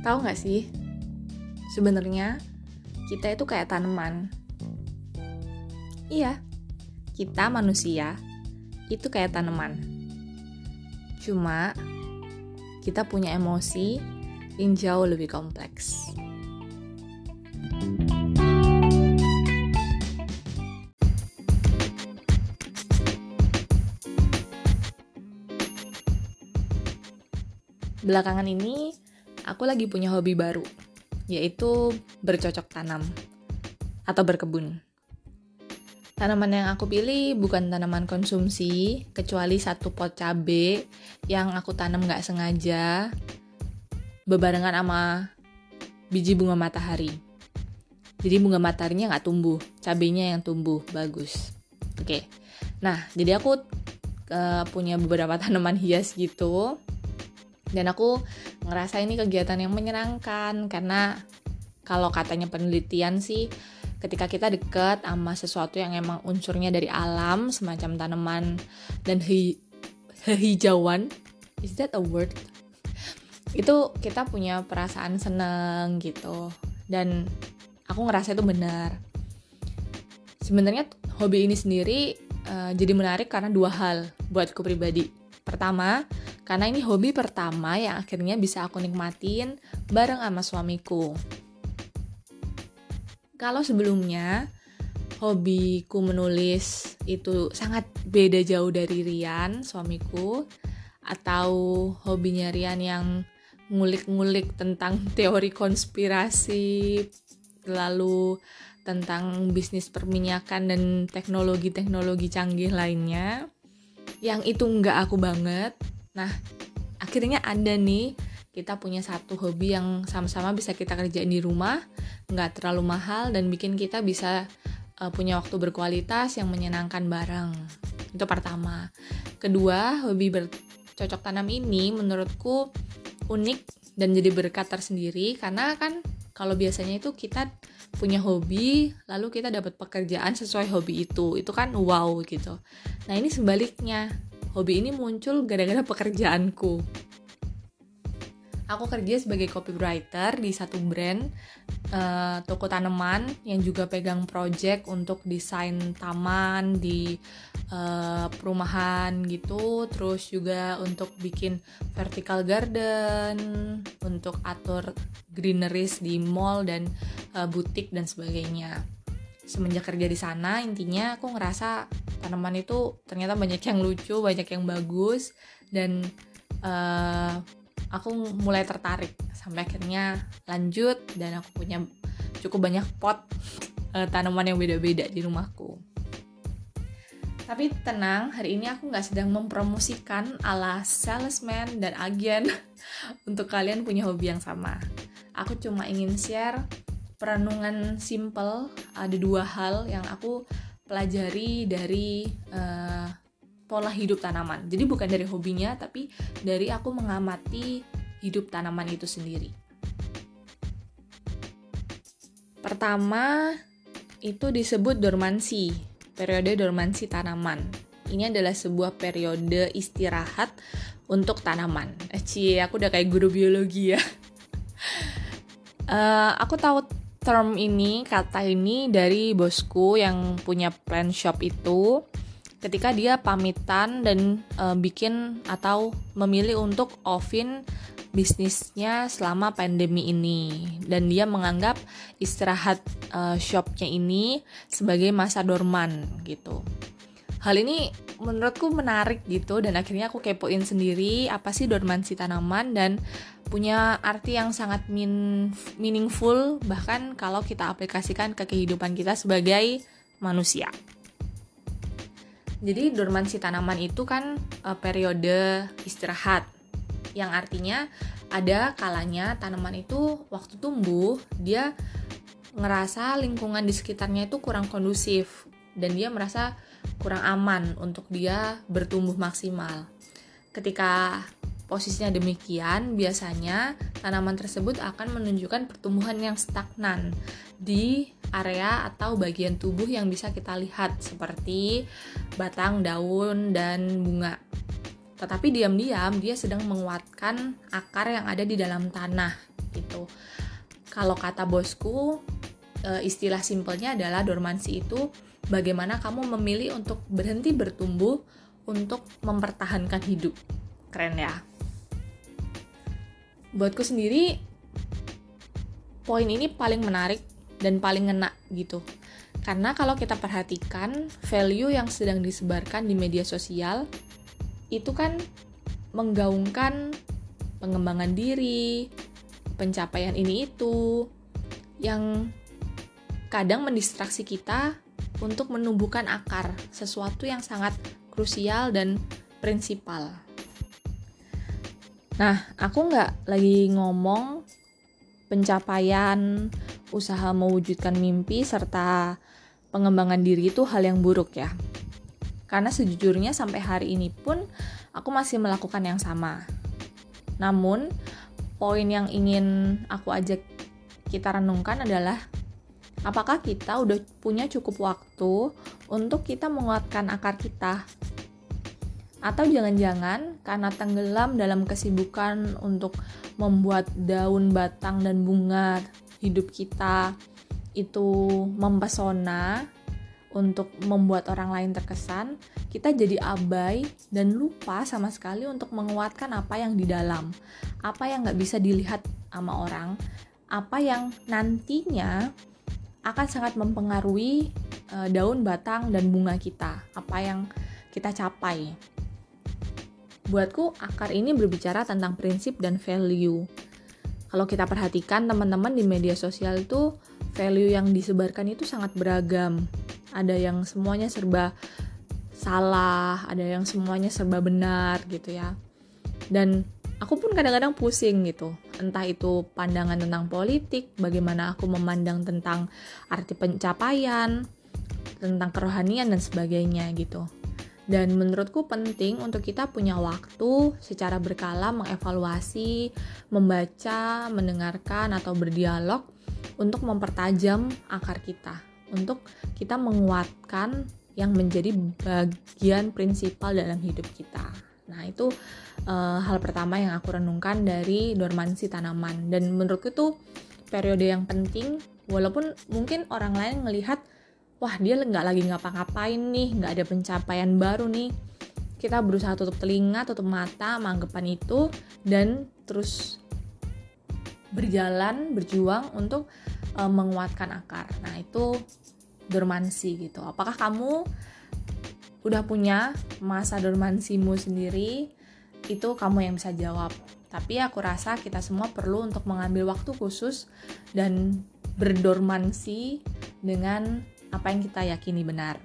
Tahu nggak sih, sebenarnya kita itu kayak tanaman. Iya, kita manusia itu kayak tanaman. Cuma kita punya emosi yang jauh lebih kompleks. Belakangan ini aku lagi punya hobi baru, yaitu bercocok tanam atau berkebun. Tanaman yang aku pilih bukan tanaman konsumsi, kecuali satu pot cabai yang aku tanam gak sengaja, bebarengan sama biji bunga matahari. Jadi bunga mataharinya gak tumbuh, cabainya yang tumbuh, bagus. Oke. Nah, jadi aku punya beberapa tanaman hias gitu. Dan aku ngerasa ini kegiatan yang menyenangkan, karena kalau katanya penelitian sih, ketika kita dekat sama sesuatu yang emang unsurnya dari alam, semacam tanaman dan hijauan, is that a word? Itu kita punya perasaan seneng gitu. Dan aku ngerasa itu benar. Sebenarnya hobi ini sendiri jadi menarik karena dua hal buatku pribadi. Pertama, karena ini hobi pertama yang akhirnya bisa aku nikmatin bareng sama suamiku. Kalau sebelumnya hobiku menulis itu sangat beda jauh dari Rian, suamiku, atau hobinya Rian yang ngulik-ngulik tentang teori konspirasi, lalu tentang bisnis perminyakan dan teknologi-teknologi canggih lainnya, yang itu nggak aku banget. Nah, akhirnya ada nih, kita punya satu hobi yang sama-sama bisa kita kerjain di rumah, nggak terlalu mahal, dan bikin kita bisa punya waktu berkualitas yang menyenangkan bareng. Itu pertama. Kedua, hobi bercocok tanam ini menurutku unik dan jadi berkat tersendiri, karena kan kalau biasanya itu kita punya hobi, lalu kita dapat pekerjaan sesuai hobi itu kan wow gitu. Nah, ini sebaliknya, hobi ini muncul gara-gara pekerjaanku. Aku kerja sebagai copywriter di satu brand toko tanaman yang juga pegang project untuk desain taman di perumahan gitu, terus juga untuk bikin vertical garden, untuk atur greeneries di mall dan butik dan sebagainya. Semenjak kerja di sana, intinya aku ngerasa tanaman itu ternyata banyak yang lucu, banyak yang bagus, dan aku mulai tertarik sampai akhirnya lanjut, dan aku punya cukup banyak pot tanaman yang beda-beda di rumahku. Tapi tenang, hari ini aku gak sedang mempromosikan ala salesman dan agen untuk kalian punya hobi yang sama. Aku cuma ingin share perenungan simple, ada dua hal yang aku pelajari dari pola hidup tanaman. Jadi bukan dari hobinya, tapi dari aku mengamati hidup tanaman itu sendiri. Pertama, itu disebut dormansi, periode dormansi tanaman. Ini adalah sebuah periode istirahat untuk tanaman. Aku udah kayak guru biologi ya. Aku tahu term ini, kata ini dari bosku yang punya plant shop itu. Ketika dia pamitan dan bikin atau memilih untuk off-in bisnisnya selama pandemi ini, dan dia menganggap istirahat shopnya ini sebagai masa dorman gitu. Hal ini menurutku menarik gitu, dan akhirnya aku kepoin sendiri apa sih dormansi tanaman, dan punya arti yang sangat meaningful bahkan kalau kita aplikasikan ke kehidupan kita sebagai manusia. Jadi dormansi tanaman itu kan periode istirahat, yang artinya ada kalanya tanaman itu waktu tumbuh dia ngerasa lingkungan di sekitarnya itu kurang kondusif, dan dia merasa kurang aman untuk dia bertumbuh maksimal. Ketika posisinya demikian, biasanya tanaman tersebut akan menunjukkan pertumbuhan yang stagnan di area atau bagian tubuh yang bisa kita lihat seperti batang, daun, dan bunga. Tetapi diam-diam dia sedang menguatkan akar yang ada di dalam tanah. gitu. Kalau kata bosku, istilah simpelnya adalah dormansi itu bagaimana kamu memilih untuk berhenti bertumbuh untuk mempertahankan hidup. Keren ya? Buatku sendiri, poin ini paling menarik dan paling ngena gitu. Karena kalau kita perhatikan, value yang sedang disebarkan di media sosial itu kan menggaungkan pengembangan diri, pencapaian ini itu, yang kadang mendistraksi kita untuk menumbuhkan akar, sesuatu yang sangat krusial dan prinsipal. Nah, aku nggak lagi ngomong pencapaian, usaha mewujudkan mimpi, serta pengembangan diri itu hal yang buruk ya. Karena sejujurnya sampai hari ini pun aku masih melakukan yang sama. Namun, poin yang ingin aku ajak kita renungkan adalah apakah kita udah punya cukup waktu untuk kita menguatkan akar kita? Atau jangan-jangan karena tenggelam dalam kesibukan untuk membuat daun, batang, dan bunga hidup kita itu mempesona untuk membuat orang lain terkesan, kita jadi abai dan lupa sama sekali untuk menguatkan apa yang di dalam, apa yang nggak bisa dilihat sama orang, apa yang nantinya akan sangat mempengaruhi daun, batang, dan bunga kita, apa yang kita capai. Buatku, akar ini berbicara tentang prinsip dan value. Kalau kita perhatikan teman-teman di media sosial itu, value yang disebarkan itu sangat beragam. Ada yang semuanya serba salah, ada yang semuanya serba benar gitu ya. Dan aku pun kadang-kadang pusing gitu. Entah itu pandangan tentang politik, bagaimana aku memandang tentang arti pencapaian, tentang kerohanian dan sebagainya gitu. Dan menurutku penting untuk kita punya waktu secara berkala mengevaluasi, membaca, mendengarkan, atau berdialog untuk mempertajam akar kita, untuk kita menguatkan yang menjadi bagian prinsipal dalam hidup kita. Nah, itu hal pertama yang aku renungkan dari dormansi tanaman. Dan menurutku itu periode yang penting, walaupun mungkin orang lain melihat, wah dia nggak lagi ngapa-ngapain nih, nggak ada pencapaian baru nih. Kita berusaha tutup telinga, tutup mata, manggapan itu, dan terus berjuang untuk menguatkan akar. Nah, itu dormansi gitu. Apakah kamu udah punya masa dormansimu sendiri? Itu kamu yang bisa jawab. Tapi aku rasa kita semua perlu untuk mengambil waktu khusus dan berdormansi dengan apa yang kita yakini benar.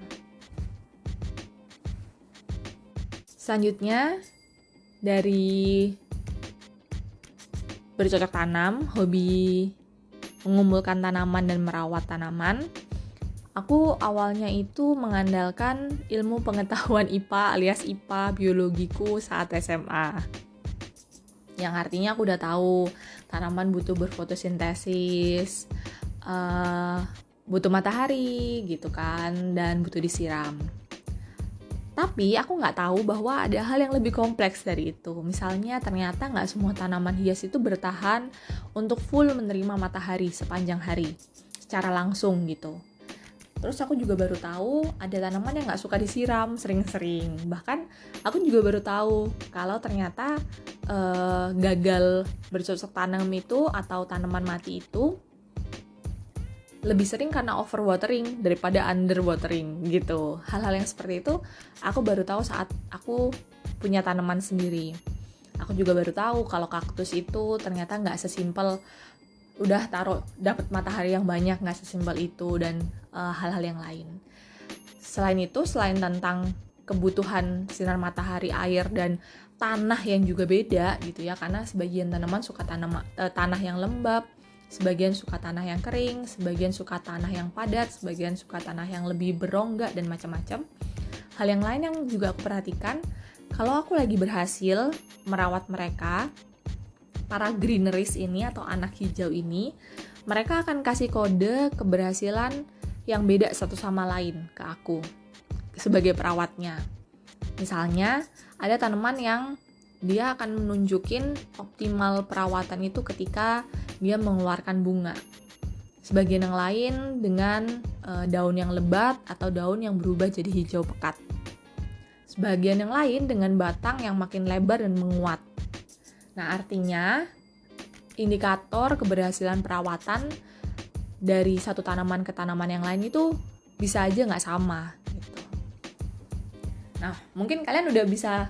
Selanjutnya, dari bercocok tanam, hobi mengumpulkan tanaman dan merawat tanaman, aku awalnya itu mengandalkan ilmu pengetahuan IPA alias IPA biologiku saat SMA. Yang artinya aku udah tahu tanaman butuh berfotosintesis, butuh matahari gitu kan, dan butuh disiram. Tapi aku nggak tahu bahwa ada hal yang lebih kompleks dari itu. Misalnya ternyata nggak semua tanaman hias itu bertahan untuk full menerima matahari sepanjang hari secara langsung gitu. Terus aku juga baru tahu ada tanaman yang nggak suka disiram sering-sering. Bahkan aku juga baru tahu kalau ternyata gagal bercocok tanam itu atau tanaman mati itu lebih sering karena overwatering daripada underwatering gitu. Hal-hal yang seperti itu aku baru tahu saat aku punya tanaman sendiri. Aku juga baru tahu kalau kaktus itu ternyata nggak sesimpel udah taruh dapat matahari yang banyak, nggak sesimpel itu, dan hal-hal yang lain. Selain itu, selain tentang kebutuhan sinar matahari, air, dan tanah yang juga beda gitu ya, karena sebagian tanaman suka tanah yang lembab, sebagian suka tanah yang kering, sebagian suka tanah yang padat, sebagian suka tanah yang lebih berongga, dan macam-macam. Hal yang lain yang juga aku perhatikan, kalau aku lagi berhasil merawat mereka, para greeneries ini atau anak hijau ini, mereka akan kasih kode keberhasilan yang beda satu sama lain ke aku sebagai perawatnya. Misalnya, ada tanaman yang dia akan menunjukin optimal perawatan itu ketika dia mengeluarkan bunga. Sebagian yang lain dengan daun yang lebat atau daun yang berubah jadi hijau pekat. Sebagian yang lain dengan batang yang makin lebar dan menguat. Nah, artinya indikator keberhasilan perawatan dari satu tanaman ke tanaman yang lain itu bisa aja nggak sama gitu. Nah, mungkin kalian udah bisa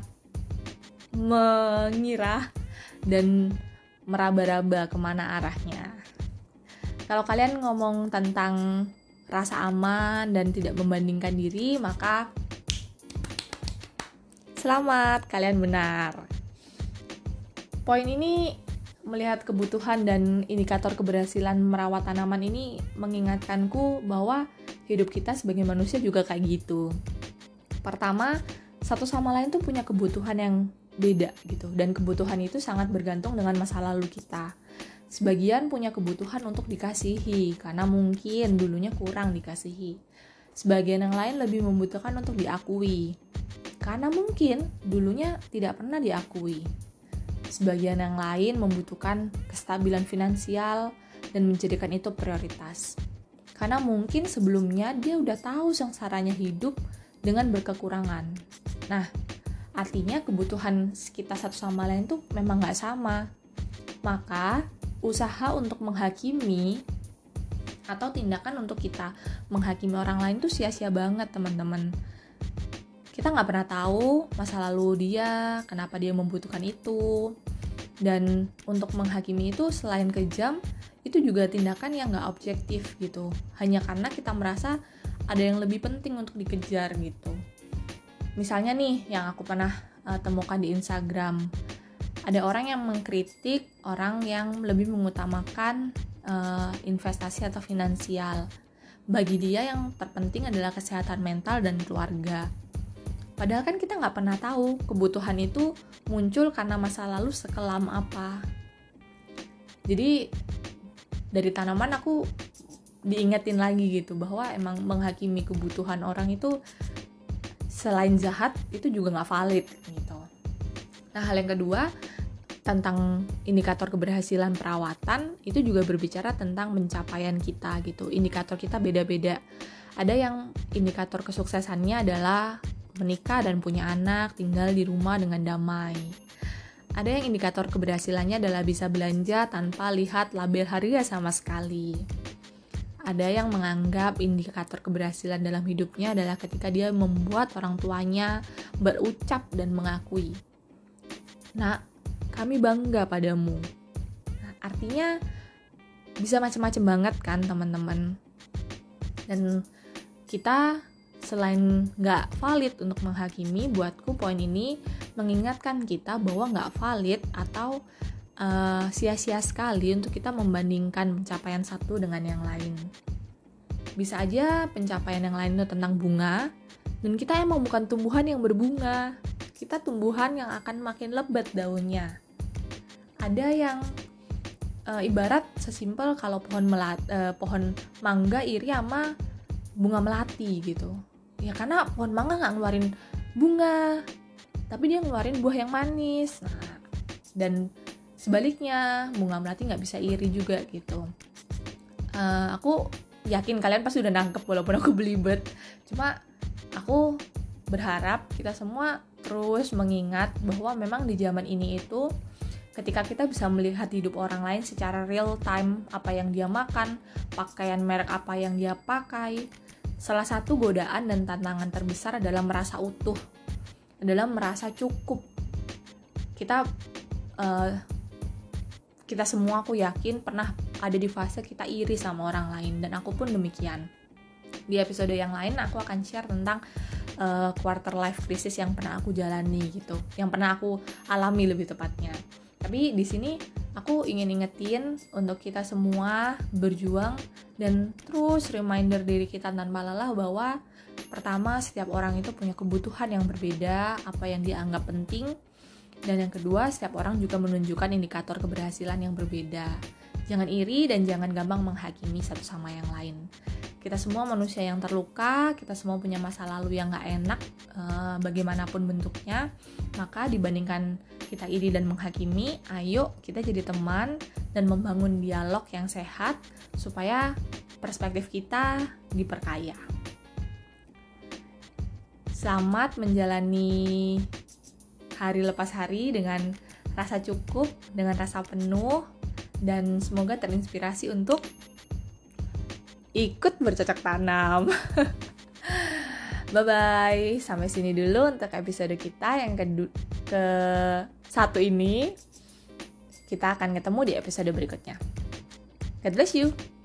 mengira dan meraba-raba kemana arahnya. Kalau kalian ngomong tentang rasa aman dan tidak membandingkan diri, maka selamat, kalian benar. Poin ini melihat kebutuhan dan indikator keberhasilan merawat tanaman ini mengingatkanku bahwa hidup kita sebagai manusia juga kayak gitu. Pertama, satu sama lain tuh punya kebutuhan yang beda gitu, dan kebutuhan itu sangat bergantung dengan masa lalu kita. Sebagian punya kebutuhan untuk dikasihi karena mungkin dulunya kurang dikasihi. Sebagian yang lain lebih membutuhkan untuk diakui karena mungkin dulunya tidak pernah diakui. Sebagian yang lain membutuhkan kestabilan finansial dan menjadikan itu prioritas. Karena mungkin sebelumnya dia udah tahu sengsaranya hidup dengan berkekurangan. Nah, artinya kebutuhan kita satu sama lain tuh memang gak sama. Maka, usaha untuk menghakimi atau tindakan untuk kita menghakimi orang lain tuh sia-sia banget, teman-teman. Kita nggak pernah tahu masa lalu dia, kenapa dia membutuhkan itu. Dan untuk menghakimi itu selain kejam, itu juga tindakan yang nggak objektif gitu. Hanya karena kita merasa ada yang lebih penting untuk dikejar gitu. Misalnya nih, yang aku pernah temukan di Instagram, ada orang yang mengkritik orang yang lebih mengutamakan investasi atau finansial. Bagi dia yang terpenting adalah kesehatan mental dan keluarga. Padahal kan kita nggak pernah tahu kebutuhan itu muncul karena masa lalu sekelam apa. Jadi dari tanaman aku diingetin lagi gitu bahwa emang menghakimi kebutuhan orang itu selain jahat itu juga nggak valid gitu. Nah, hal yang kedua tentang indikator keberhasilan perawatan itu juga berbicara tentang pencapaian kita gitu. Indikator kita beda-beda. Ada yang indikator kesuksesannya adalah menikah dan punya anak, tinggal di rumah dengan damai. Ada yang indikator keberhasilannya adalah bisa belanja tanpa lihat label harga sama sekali. Ada yang menganggap indikator keberhasilan dalam hidupnya adalah ketika dia membuat orang tuanya berucap dan mengakui, "Nak, kami bangga padamu." Nah, artinya bisa macam-macam banget kan teman-teman. Dan kita selain nggak valid untuk menghakimi, buatku poin ini mengingatkan kita bahwa nggak valid atau sia-sia sekali untuk kita membandingkan pencapaian satu dengan yang lain. Bisa aja pencapaian yang lain itu tentang bunga, dan kita emang bukan tumbuhan yang berbunga. Kita tumbuhan yang akan makin lebat daunnya. Ada yang ibarat sesimpel kalau pohon mangga iri sama bunga melati gitu. Ya karena pohon mangga nggak ngeluarin bunga, tapi dia ngeluarin buah yang manis. Nah, dan sebaliknya bunga melati nggak bisa iri juga gitu. Aku yakin kalian pasti udah nangkep walaupun aku belibet. Cuma aku berharap kita semua terus mengingat bahwa memang di zaman ini itu ketika kita bisa melihat hidup orang lain secara real time, apa yang dia makan, pakaian merek apa yang dia pakai, salah satu godaan dan tantangan terbesar adalah merasa utuh, adalah merasa cukup. Kita semua, aku yakin, pernah ada di fase kita iri sama orang lain, dan aku pun demikian. Di episode yang lain aku akan share tentang quarter life crisis yang pernah aku jalani gitu, yang pernah aku alami lebih tepatnya. Tapi di sini aku ingin ingetin untuk kita semua berjuang dan terus reminder diri kita tanpa lelah bahwa pertama, setiap orang itu punya kebutuhan yang berbeda, apa yang dianggap penting. Dan yang kedua, setiap orang juga menunjukkan indikator keberhasilan yang berbeda. Jangan iri dan jangan gampang menghakimi satu sama yang lain. Kita semua manusia yang terluka, kita semua punya masa lalu yang gak enak, bagaimanapun bentuknya. Maka dibandingkan kita iri dan menghakimi, ayo kita jadi teman dan membangun dialog yang sehat supaya perspektif kita diperkaya. Selamat menjalani hari lepas hari dengan rasa cukup, dengan rasa penuh, dan semoga terinspirasi untuk ikut bercocok tanam. Bye-bye. Sampai sini dulu untuk episode kita yang ke-1 ini. Kita akan ketemu di episode berikutnya. God bless you.